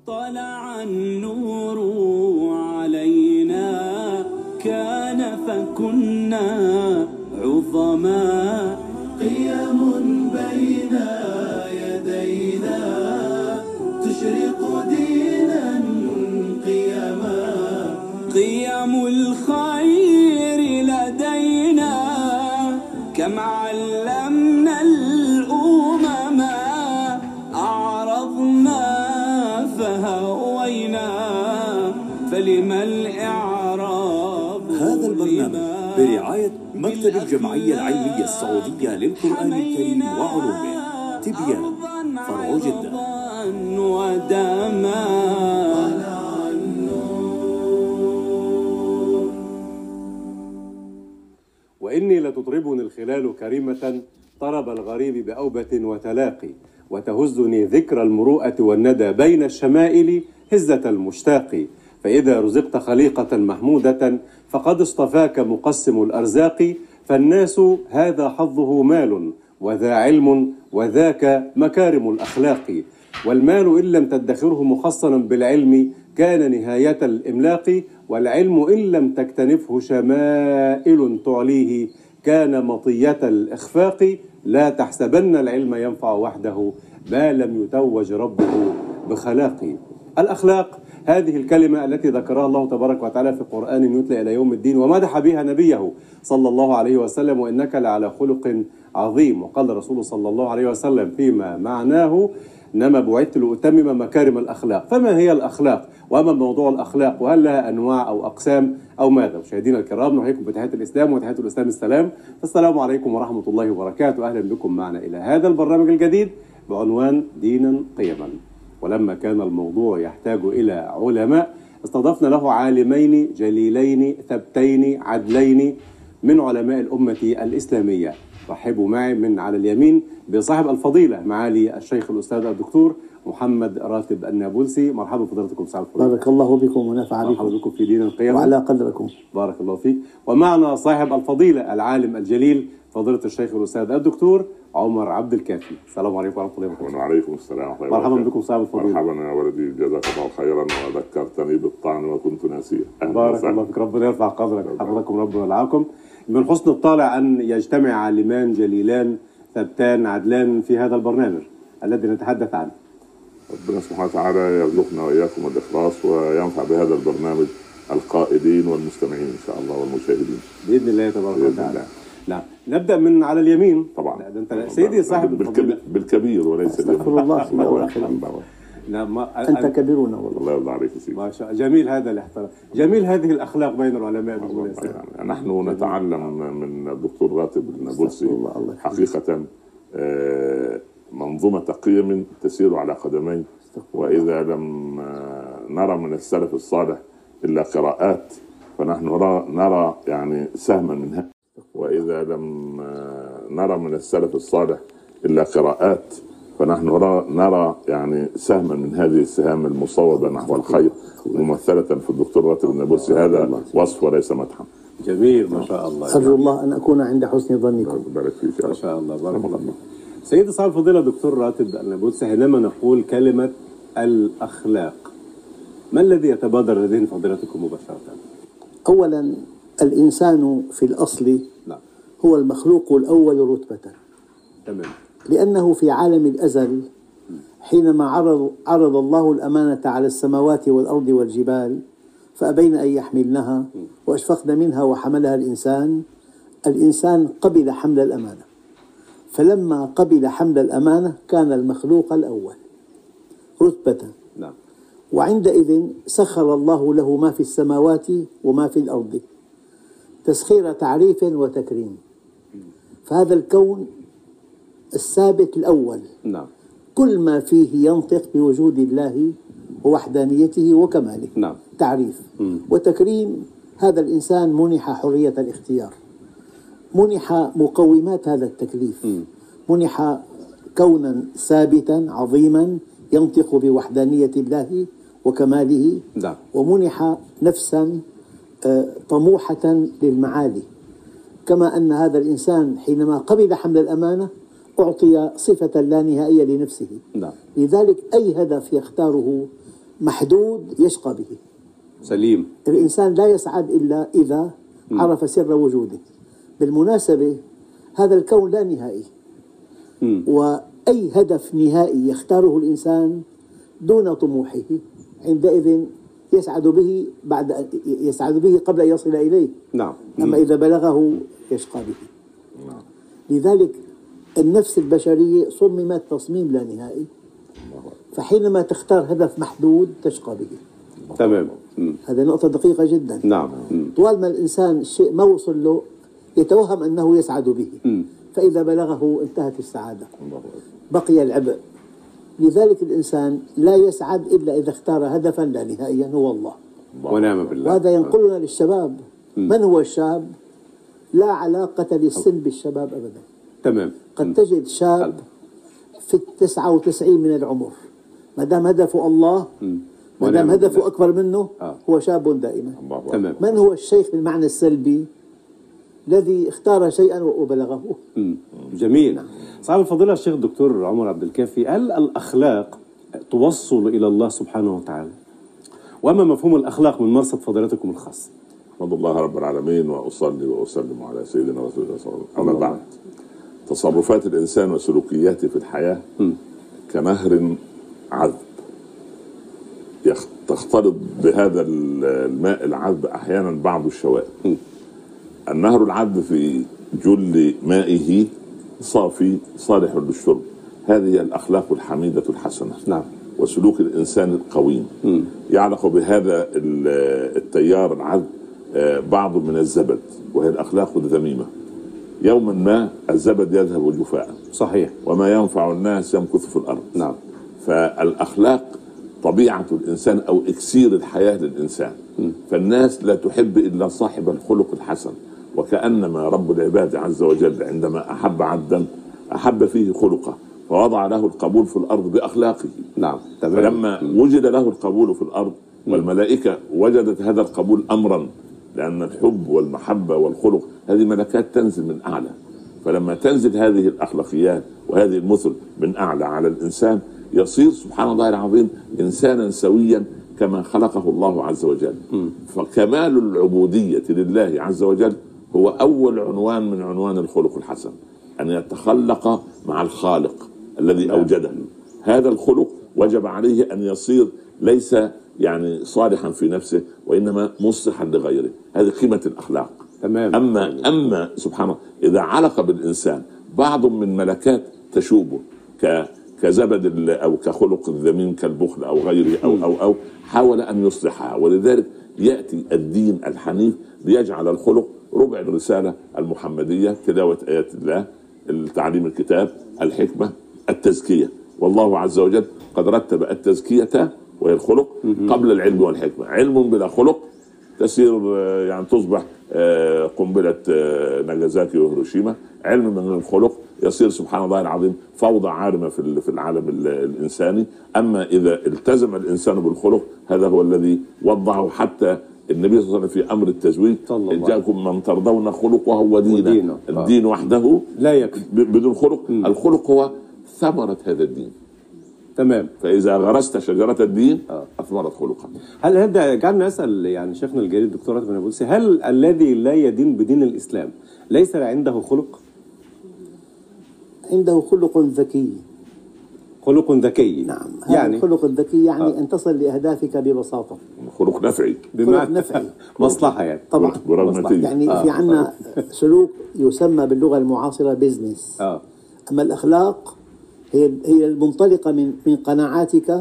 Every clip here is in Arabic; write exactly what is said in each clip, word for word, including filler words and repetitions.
طلع النور علينا كان فكنا عظما قيم بين يدينا تشرق دينا قيما قيم الخير لدينا كم علمنا الأمم أعرضنا فهوينا فلما الإعراب. هذا البرنامج برعاية مكتب الجمعية العلمية السعودية للقرآن الكريم وعلومه، تبيان، فرع جدة. ودما وإني لتطربني الخلال كريمة طرب الغريب بأوبة وتلاقي، وتهزني ذكرى المروءة والندى بين الشمائل هزة المشتاق. فإذا رزقت خليقة محمودة فقد اصطفاك مقسم الأرزاق، فالناس هذا حظه مال وذا علم وذاك مكارم الأخلاق. والمال إن لم تدخره مخصنا بالعلم كان نهاية الإملاق، والعلم إن لم تكتنفه شمائل تعليه كان مطية الإخفاق. لا تحسبن العلم ينفع وحده ما لم يتوج ربه بخلاق. الأخلاق هذه الكلمة التي ذكرها الله تبارك وتعالى في قرآن يتلى إلى يوم الدين، ومدح بها نبيه صلى الله عليه وسلم: وإنك لعلى خلق عظيم. وقال رسول صلى الله عليه وسلم فيما معناه: إنما بعثت لأتمم مكارم الأخلاق. فما هي الأخلاق؟ وما موضوع الأخلاق؟ وهل لها أنواع أو أقسام أو ماذا؟ مشاهدينا الكرام، نحييكم بتحية الإسلام وتحية الإسلام السلام. السلام عليكم ورحمة الله وبركاته. أهلا بكم معنا إلى هذا البرنامج الجديد بعنوان دينا قيما. ولما كان الموضوع يحتاج إلى علماء استضفنا له عالمين جليلين ثبتين عدلين من علماء الأمة الإسلامية. رحبوا معي من على اليمين بصاحب الفضيلة معالي الشيخ الأستاذ الدكتور محمد راتب النابلسي. مرحبا بفضيلتكم صاحب الفضيلة. بارك الله بكم ونفع بكم. مرحبا بكم في دين القيامة وعلى قدركم. بارك الله فيك. ومعنا صاحب الفضيلة العالم الجليل فضيلة الشيخ الأستاذ الدكتور عمر عبد الكافي. السلام عليكم ورحمة الله وبركاته. وعليكم السلام ورحمة الله وبركاته. مرحبا بكم صاحب الفضيلة. مرحبا يا ولدي، جزاك الله خيرا وذكرتني بالطعن وكنت ناسيا. بارك الله فيك، ربنا يرفع قدرك حفظكم ربنا ورعاكم. من حسن الطالع أن يجتمع عالمان جليلان ثبتان عدلان في هذا البرنامج الذي نتحدث عنه. ربنا سبحانه وتعالى يرزقنا وإياكم الإخلاص وينفع بهذا البرنامج القائدين والمستمعين إن شاء الله والمشاهدين بإذن الله تبارك وتعالى. نعم، نبدأ من على اليمين طبعا. لا، انت سيدي صاحب بالكبير, بالكبير وليس استغفر الله. نعم، أنت كبيرون والله. الله يرضى عليك سيدي. ما شاء الله، جميل هذا الاحترام، جميل هذه الأخلاق بين العلماء. يعني نحن نتعلم من الدكتور راتب النابلسي حقيقة منظومة قيم تسير على قدمين، وإذا لم نرى من السلف الصالح إلا قراءات فنحن نرى يعني سهما منها، وإذا لم نرى من السلف الصالح إلا قراءات فنحن نرى يعني سهما من هذه السهام المصوبة نحو الخير ممثلة في الدكتور راتب النابلسي. هذا وصف وليس مدحا. جميل ما شاء الله. أرجو الله أن أكون عند حسن ظنكم. بارك فيك ما شاء الله. بارك الله فيك. سيدي صاحب الفضيلة دكتور راتب النابلسي، حينما نقول كلمة الأخلاق ما الذي يتبادر لذهن فضيلتكم مباشرة؟ أولا الإنسان في الأصل نعم. هو المخلوق الأول رتبة. تمام. لأنه في عالم الأزل حينما عرض, عرض الله الأمانة على السماوات والأرض والجبال فأبين أن يحملنها وأشفقن منها وحملها الإنسان. الإنسان قبل حمل الأمانة، فلما قبل حمل الأمانة كان المخلوق الأول رتبة. نعم. وعندئذ سخر الله له ما في السماوات وما في الأرض تسخير تعريف وتكريم. فهذا الكون الثابت الأول. نعم. كل ما فيه ينطق بوجود الله ووحدانيته وكماله. نعم. تعريف م. وتكريم. هذا الإنسان منح حرية الاختيار، منح مقومات هذا التكليف، م. منح كونا ثابتا عظيما ينطق بوحدانية الله وكماله. نعم. ومنح نفسا طموحة للمعالي، كما أن هذا الإنسان حينما قبل حمل الأمانة أعطي صفة لا نهائية لنفسه. نعم. لذلك أي هدف يختاره محدود يشقى به. سليم. الإنسان لا يسعد إلا إذا عرف سر وجوده. بالمناسبة هذا الكون لا نهائي، م. وأي هدف نهائي يختاره الإنسان دون طموحه عندئذ يسعد به بعد يسعد به قبل أن يصل إليه. نعم. أما إذا بلغه يشقى به. نعم. لذلك النفس البشرية صممت تصميم لا نهائي، فحينما تختار هدف محدود تشقى به. تمام. م. هذه نقطة دقيقة جدا. نعم. م. طوال ما الإنسان الشيء ما وصل له يتوهم أنه يسعد به، م. فإذا بلغه انتهت السعادة، بقي العبء. لذلك الإنسان لا يسعد إلا إذا اختار هدفا لا نهائيا هو الله. ونعم بالله. وهذا ينقلنا للشباب. من هو الشاب؟ لا علاقة للسن بالشباب أبدا. تمام. قد تجد شاب في التسعة وتسعين من العمر ما دام هدفه الله، ما دام هدفه أكبر منه هو شاب دائما. تمام. من هو الشيخ بالمعنى السلبي؟ الذي اختار شيئا وبلغه. جميل. صاحب الفضيلة الشيخ الدكتور عمر عبد الكافي، هل الأخلاق توصل إلى الله سبحانه وتعالى؟ وما مفهوم الأخلاق من مرصد فضيلتكم الخاص؟ الحمد لله رب العالمين، وأصلي وأسلم على سيدنا رسول الله صلى الله عليه وسلم. أما بعد، تصرفات الإنسان وسلوكياته في الحياة م. كنهر عذب تختلط بهذا الماء العذب أحيانا بعض الشوائب. م. النهر العذب في جل مائه صافي صالح للشرب. هذه الأخلاق الحميدة الحسنة. نعم. وسلوك الإنسان القويم. م. يعلق بهذا التيار العذب بعض من الزبد، وهي الأخلاق الذميمة. يوما ما الزبد يذهب جفاء. صحيح. وما ينفع الناس يمكث في الأرض. نعم. فالأخلاق طبيعة الإنسان أو إكسير الحياة للإنسان. م. فالناس لا تحب إلا صاحب الخلق الحسن، وكأنما رب العباد عز وجل عندما أحب عبدا أحب فيه خلقه، فوضع له القبول في الأرض بأخلاقه. نعم. فلما وجد له القبول في الأرض والملائكة وجدت هذا القبول أمرا، لأن الحب والمحبة والخلق هذه ملكات تنزل من أعلى، فلما تنزل هذه الأخلاقيات وهذه المثل من أعلى على الإنسان يصير سبحان الله العظيم إنسانا سويا كما خلقه الله عز وجل. م. فكمال العبودية لله عز وجل هو أول عنوان من عنوان الخلق الحسن، أن يتخلق مع الخالق الذي أوجده. هذا الخلق وجب عليه أن يصير ليس يعني صالحا في نفسه، وإنما مصلحا لغيره. هذه قيمة الأخلاق. تمام. أما أما سبحان الله إذا علق بالإنسان بعض من ملكات تشوبه ك كزبد أو كخلق الذميم كالبخل أو غيره أو أو أو حاول أن يصلحها. ولذلك يأتي الدين الحنيف ليجعل الخلق ربع الرسالة المحمدية: تلاوة آيات الله، التعليم الكتاب، الحكمة، التزكية. والله عز وجل قد رتب التزكية وهي الخلق قبل العلم والحكمة. علم بلا خلق تسير يعني تصبح قنبلة ناجازاكي وهيروشيما. علم من الخلق يصير سبحان الله العظيم فوضى عارمة في العالم الإنساني. أما إذا التزم الإنسان بالخلق هذا هو الذي وضعه حتى النبي صلى الله عليه وسلم في أمر التزويج: إن جاءكم من ترضون خلقه ودينه. الدين وحده لا يكفي بدون خلق. م. الخلق هو ثمرة هذا الدين. تمام. فإذا غرست شجرة الدين آه. أثمرت خلقها. هل هذا جعلنا نسأل يعني شيخنا الجليل الدكتور راتب النابلسي، هل الذي لا يدين بدين الإسلام ليس عنده خلق؟ عنده خلق ذكي. خلق ذكي. نعم. يعني الخلق الذكي يعني آه. أن تصل لأهدافك ببساطة. خلق نفعي. خلق نفعي. مصلحة يعني. طبعا. مصلحة. يعني آه. في عنا سلوك يسمى باللغة المعاصرة بيزنس. آه. أما الأخلاق هي هي المنطلقة من من قناعاتك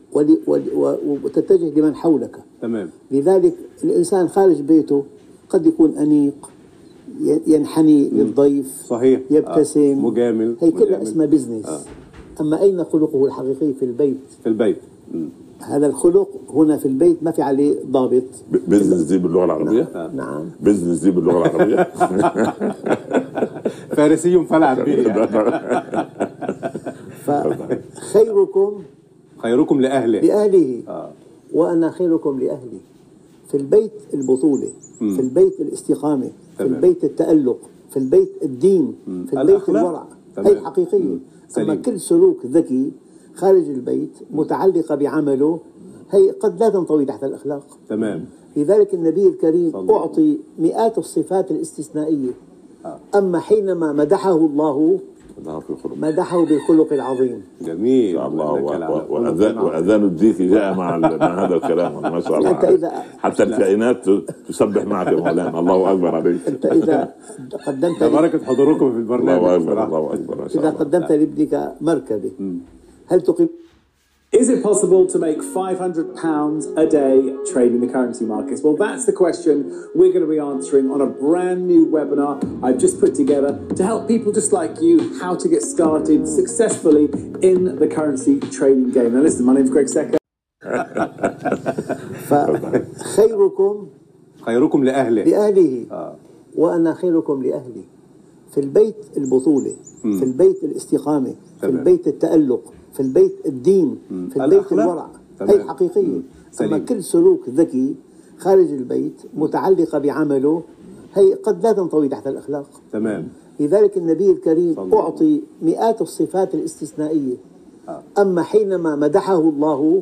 وتتجه لمن حولك. تمام. لذلك الإنسان خارج بيته قد يكون أنيق، ينحني م. للضيف، صحيح، يبتسم، آه. مجامل، هي كلها اسمها بيزنس. آه. أما أين خلقه الحقيقي؟ في البيت. في البيت. م. هذا الخلق هنا في البيت ما في عليه ضابط. بيزنس دي باللغة العربية؟ نعم. نعم. بيزنس دي باللغة العربية. فارسي فلعب به. فخيركم خيركم لأهله لأهله آه. وأنا خيركم لأهلي. في البيت البطولة، م. في البيت الاستقامة، في البيت التألق، في البيت الدين، م. في البيت الورع. هي حقيقية. أما كل سلوك ذكي خارج البيت متعلقة بعمله، هي قد لا تنطوي تحت الأخلاق. تمام. لذلك النبي الكريم أعطي مئات الصفات الاستثنائية. أما حينما مدحه الله مدحه بالخلق العظيم. جميل. الله. وأذان وأذان الديك جاء مع مع هذا الكلام ما شاء الله. أنت إذا حتى الكائنات تسبح معك يا مولانا. الله أكبر عليك. أنت إذا قدمت بركة حضوركم في البرنامج. الله أكبر. الله أكبر. إذا قدمت لابنك مركبة هل تقيم؟ Is it possible to make five hundred pounds a day trading the currency markets? Well, that's the question we're going to be answering on a brand new webinar I've just put together to help people just like you how to get started successfully in the currency trading game. Now listen, my name's Greg Secker. فخيركم خيركم لأهله لأهله آه. وأنا خيركم لأهلي. في البيت البطولة، م. في البيت الاستقامة، في البيت التألق، في البيت الدين، م. في البيت الورع. هي الحقيقية. أما كل سلوك ذكي خارج البيت متعلقة بعمله هي قد لا تنطوي تحت الأخلاق. تمام. لذلك النبي الكريم أعطي مئات الصفات الاستثنائية. آه. أما حينما مدحه الله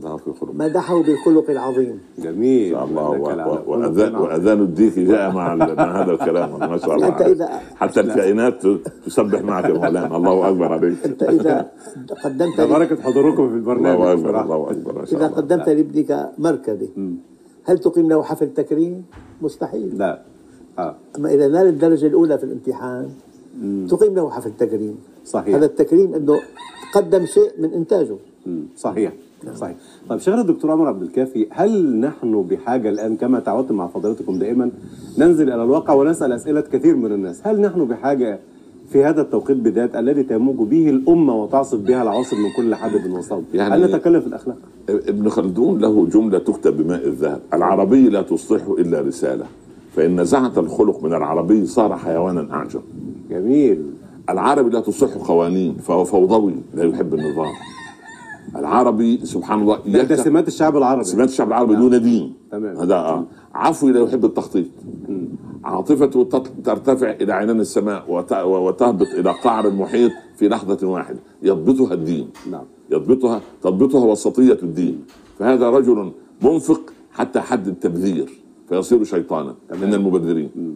مدحه بالخلق العظيم. جميل. الله. وأذان وأذان الديك جاء مع مع هذا الكلام ما شاء الله. أنت إذا حتى الكائنات تسبح معك يا مولانا. الله أكبر عليك. أنت إذا قدمت بركة حضوركم في البرنامج. الله أكبر. الله أكبر. إذا قدمت لابنك مركبة هل تقيم له حفل تكريم؟ مستحيل. لا. آه. أما إذا نال الدرجة الأولى في الامتحان مم. تقيم له حفل تكريم. صحيح. هذا التكريم أنه قدم شيء من إنتاجه. مم. صحيح. صحيح. طيب شيخنا الدكتور عمر عبد الكافي، هل نحن بحاجة الآن كما تعودت مع فضيلتكم دائما ننزل إلى الواقع ونسأل أسئلة كثير من الناس، هل نحن بحاجة في هذا التوقيت بالذات الذي تموج به الأمة وتعصف بها العواصف من كل حدب وصوب، يعني هل نتكلم في الأخلاق؟ ابن خلدون له جملة تكتب بماء الذهب: العربي لا تصلح إلا رسالة، فإن نزعت الخلق من العربي صار حيوانا أعجب. جميل. العربي لا تصلح قوانين فهو فوضوي لا يحب النظام. العربي سبحان الله ده سمات الشعب العربي. سمات الشعب العربي دون دين. تمام. هذا آه. عفوي لا يحب التخطيط. عاطفته ترتفع إلى عنان السماء وتهبط إلى قعر المحيط في لحظة واحدة. يضبطها الدين. نعم. يضبطها تضبطها وسطية الدين. فهذا رجل منفق حتى حد التبذير فيصير شيطانا من المبذرين. م.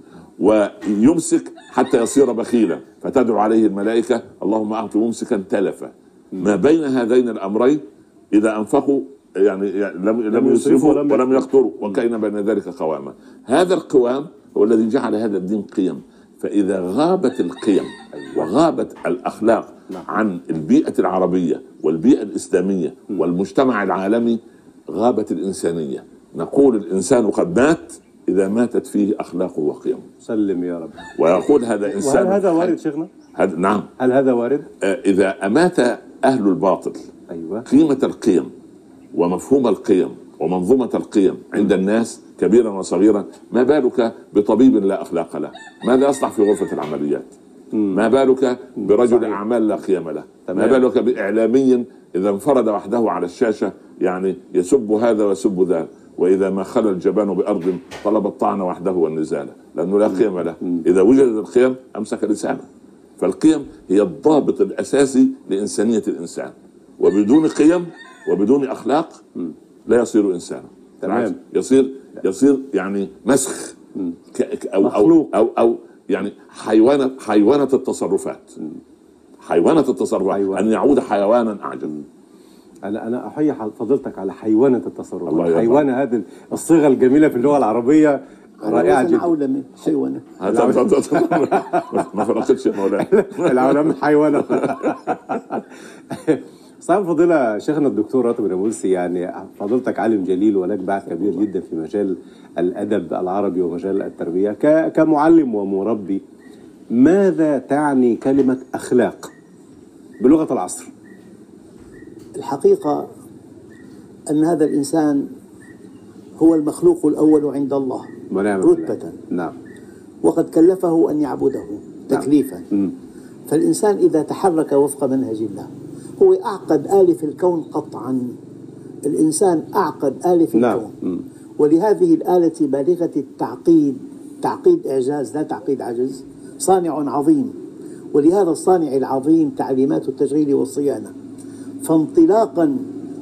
ويمسك حتى يصير بخيلا فتدعو عليه الملائكة: اللهم أعط ممسكا تلفا. ما بين هذين الأمرين إذا أنفقوا يعني لم لم يسرفوا ولم يقتروا وكان بين ذلك قواما. هذا القوام هو الذي جعل هذا الدين قيم. فإذا غابت القيم وغابت الأخلاق عن البيئة العربية والبيئة الإسلامية والمجتمع العالمي غابت الإنسانية. نقول الإنسان قد مات إذا ماتت فيه أخلاقه وقيمه. سلم يا رب. ويقول هذا إنسان. وهل هذا وارد شيخنا؟ هذا نعم. هل هذا وارد؟ آه إذا أمات أهل الباطل أيوة. قيمة القيم ومفهوم القيم ومنظومة القيم عند الناس كبيرا وصغيرا، ما بالك بطبيب لا أخلاق له؟ ماذا يصنع في غرفة العمليات؟ مم. ما بالك برجل صحيح. أعمال لا قيم له؟ تمام. ما بالك بإعلامي إذا انفرد وحده على الشاشة يعني يسب هذا ويسب ذا، وإذا ما خلى الجبان بأرض طلب الطعن وحده والنزال لأنه لا قيم له. إذا وجدت القيم أمسك لسانه. فالقيم هي الضابط الأساسي لإنسانية الإنسان، وبدون قيم وبدون أخلاق لا يصير إنسانا. تمام. يصير يصير يعني مسخ أو أو, أو أو يعني حيوانة حيوانة التصرفات. حيوانة التصرفات حيوان. أن يعود حيوانا أعجب. أنا أنا أحيي فضيلتك على حيوانة التصرفات. حيوانة هذه الصيغة الجميلة في اللغة العربية رائعة جدا. العولمة حيوانة. ما فرقتش يا مولانا. العولمة حيوانة. صاحب فضيلة شيخنا الدكتور راتب النابلسي، يعني فضيلتك عالم جليل ولك باع كبير جدا في مجال الأدب العربي ومجال التربية كمعلم ومربي. ماذا تعني كلمة أخلاق بلغة العصر؟ الحقيقة أن هذا الإنسان هو المخلوق الأول عند الله رتبة. نعم. وقد كلفه أن يعبده تكليفا. نعم. فالإنسان إذا تحرك وفق منهج الله هو أعقد آلة في الكون قطعا. الإنسان أعقد آلة في نعم. الكون. ولهذه الآلة بالغة التعقيد، تعقيد إعجاز لا تعقيد عجز، صانع عظيم. ولهذا الصانع العظيم تعليمات التشغيل والصيانة. فانطلاقا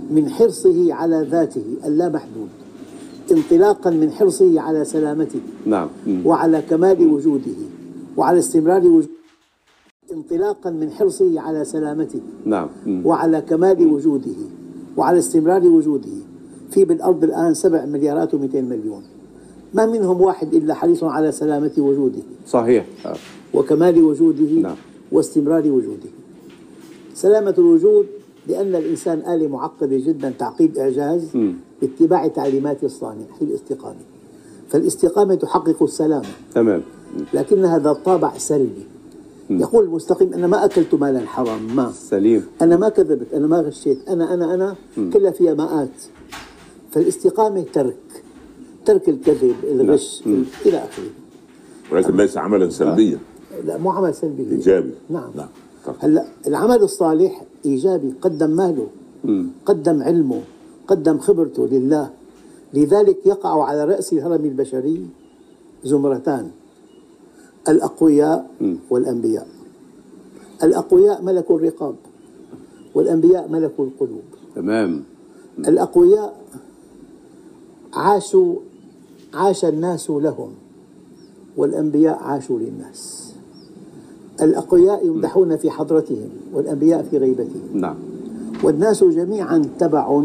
من حرصه على ذاته اللامحدود، انطلاقا من حرصه على سلامته نعم. وعلى كمال وجوده وعلى استمرار وجوده، انطلاقا من حرصه على سلامته نعم. وعلى كمال وجوده وعلى استمرار وجوده. في بالأرض الآن سبع مليارات ومئتين مليون، ما منهم واحد إلا حريص على سلامة وجوده صحيح وكمال وجوده نعم. واستمرار وجوده. سلامة الوجود لأن الإنسان آلة معقدة جدا تعقيد إعجاز م. باتباع تعليمات الصانع في الاستقامة، فالاستقامة تحقق السلامة تمام، لكن هذا الطابع سلبي. م. يقول المستقيم أنا ما أكلت مالا حرام، ما سليم، أنا ما كذبت، أنا ما غشيت، أنا أنا أنا م. كلها فيها ماءات. فالاستقامة ترك ترك الكذب الغش إلى آخره، ولكن ليس عملا سلبيا. لا مو عمل سلبي، إيجابي. نعم, نعم. هلا العمل الصالح إيجابي، قدم ماله م. قدم علمه قدم خبرته لله. لذلك يقع على رأس الهرم البشري زمرتان، الأقوياء م. والأنبياء. الأقوياء ملكوا الرقاب والأنبياء ملكوا القلوب. تمام. م. الأقوياء عاشوا عاش الناس لهم والأنبياء عاشوا للناس. الأقوياء يمدحون في حضرتهم والأنبياء في غيبتهم. نعم. والناس جميعا تبع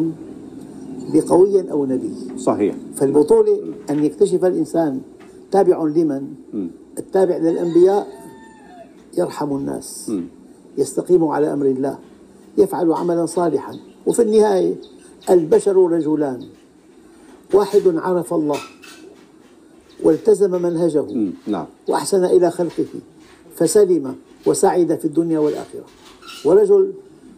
لقوي أو نبي. صحيح. فالبطولة أن يكتشف الإنسان تابع لمن؟ م. التابع للأنبياء يرحم الناس، م. يستقيم على أمر الله، يفعل عملا صالحا. وفي النهاية البشر رجلان، واحد عرف الله والتزم منهجه م. نعم. وأحسن إلى خلقه فسلم وسعد في الدنيا والآخرة، ورجل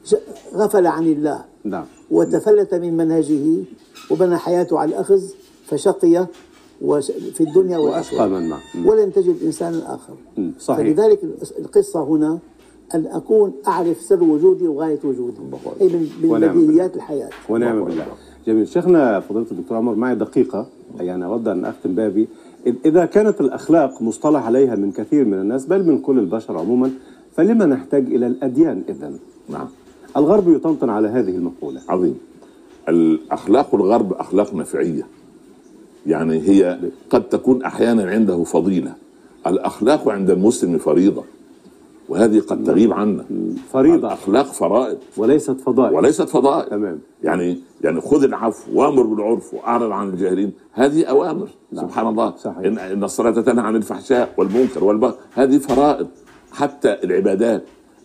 غفل عن الله نعم. وتفلت من منهجه وبنى حياته على الأخذ فشقي في الدنيا والآخرة ولن تجد إنسانا آخر. صحيح. فلذلك القصة هنا أن أكون أعرف سر وجودي وغاية وجودي، أي من بديهيات الحياة. ونعم بالله. جميل. شيخنا فضيلة الدكتور عمر، معي دقيقة يعني أود أن أختم بابي. إذا كانت الأخلاق مصطلح عليها من كثير من الناس بل من كل البشر عموما، فلما نحتاج إلى الأديان إذن؟ نعم. الغرب يطنطن على هذه المقولة. عظيم. الأخلاق الغرب أخلاق نفعية، يعني هي قد تكون أحيانا عنده فضيلة. الأخلاق عند المسلم فريضة، وهذه قد تغيب عنا. فريضة، الأخلاق فرائض وليست فضائل. وليست فضائل. تمام. يعني يعني خذ العفو وامر بالعرف واعرض عن الجاهلين، هذه أوامر. لا. سبحان الله. صحيح. إن, إن الصلاة تنهى عن الفحشاء والمنكر والبغي، هذه فرائض. حتى العبادات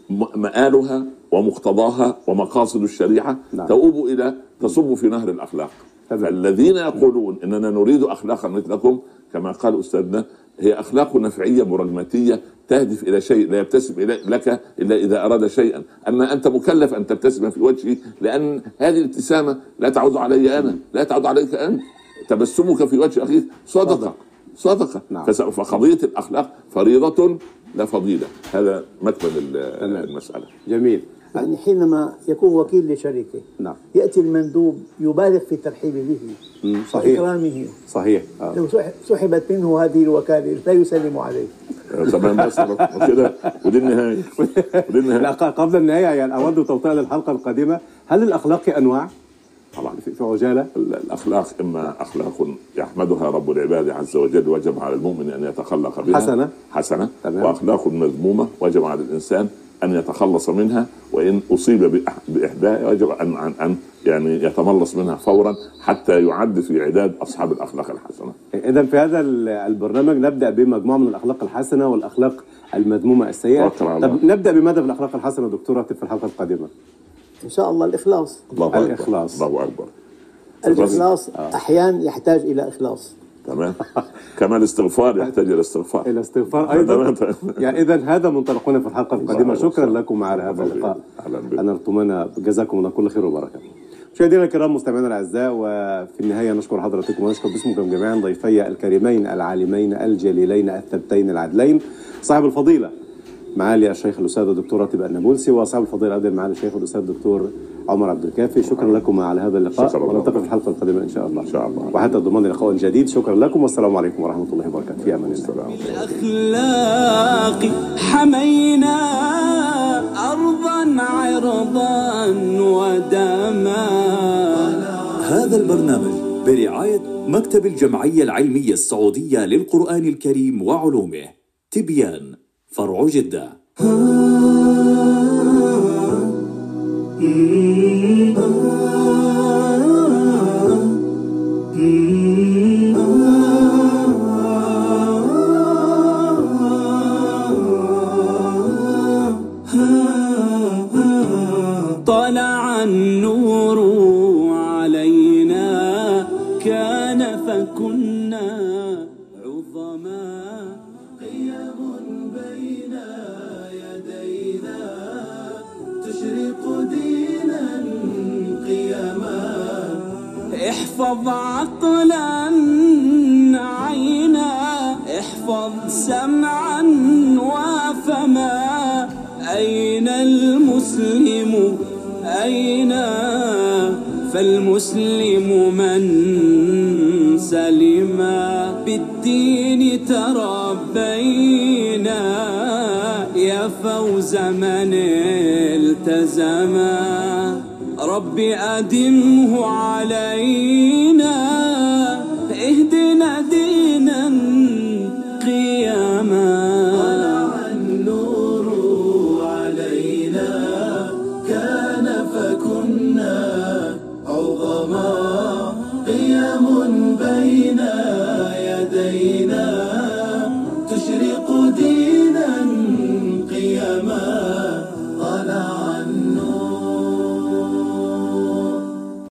مآلها ومقتضاها ومقاصد الشريعة لا. تؤوب إلى تصب في نهر الأخلاق. فالذين يقولون إننا نريد أخلاقا مثلكم كما قال أستاذنا، هي أخلاق نفعية براغماتية تهدف إلى شيء، لا يبتسم لك إلا إذا أراد شيئا. أما أنت مكلف أن تبتسم في وجهي، لأن هذه الابتسامة لا تعود علي أنا، لا تعود عليك أنت. تبسمك في وجه أخيك صدقة صدقة. نعم. فقضية الأخلاق فريضة لا فضيلة. هذا مكمن المسألة. جميل. يعني حينما يكون وكيل لشركة نعم. يأتي المندوب يبالغ في الترحيب به وإكرامه. صحيح. آه. لو سحبت منه هذه الوكالة لا يسلم عليه. تمام. بس كده ودي النهاية. ودي النهاية. لا، قبل النهاية يعني أود توطئة للحلقة القادمة. هل الأخلاق أنواع؟ طبعا في عجالة. الأخلاق إما أخلاق يحمدها رب العباد عز وجل وجب على المؤمن أن يتخلق بها حسنة حسنة تمام. وأخلاق مذمومة وجب على الإنسان أن يتخلص منها، وإن أصيب بإحداها وجب أن أن أن يعني يتملص منها فورا حتى يعد في عداد أصحاب الأخلاق الحسنة. إذن في هذا البرنامج نبدأ بمجموعة من الأخلاق الحسنة والأخلاق المذمومة السيئة. طب نبدأ بماذا في الأخلاق الحسنة دكتورة في الحلقة القادمة؟ إن شاء الله الإخلاص. الله الإخلاص. الله أكبر. الإخلاص أحيانا يحتاج إلى إخلاص. تمام. كما الاستغفار يحتاج إلى استغفار. إلى استغفار أيضا. يعني إذن هذا منطلقنا في الحلقة القادمة. شكرا لكم على هذا اللقاء. أنرتمونا، جزاكم الله كل خير وبركة. مشاهدينا الكرام مستمعينا الأعزاء، وفي النهاية نشكر حضراتكم ونشكر باسمكم جميعا ضيفي الكريمين العالمين الجليلين الثبتين العدلين، صاحب الفضيلة معالي الشيخ الأستاذ الدكتور راتب النابلسي، وصاحب الفضيلة أيضا معالي الشيخ الأستاذ الدكتور عمر عبد الكافي. شكرا لكم على هذا اللقاء، ونلتقي في الحلقة القادمة إن شاء الله. إن شاء الله. وحتى ضمان لقاء جديد. شكرا لكم والسلام عليكم ورحمة الله وبركاته. في أمان الله. الأخلاق حمينا أرضا عرضا ودما. هذا البرنامج برعاية مكتب الجمعية العلمية السعودية للقرآن الكريم وعلومه، تبيان، فرع جدة. طلع النور علينا كان فكنا عظما. قيم بين يدينا تشرق دينا قيما. احفظ عقلا عينا، احفظ سمعا وفما. أين المسلم أين؟ فالمسلم من سلم بالدين تربينا، يا فوز من التزما. رب أدمه علينا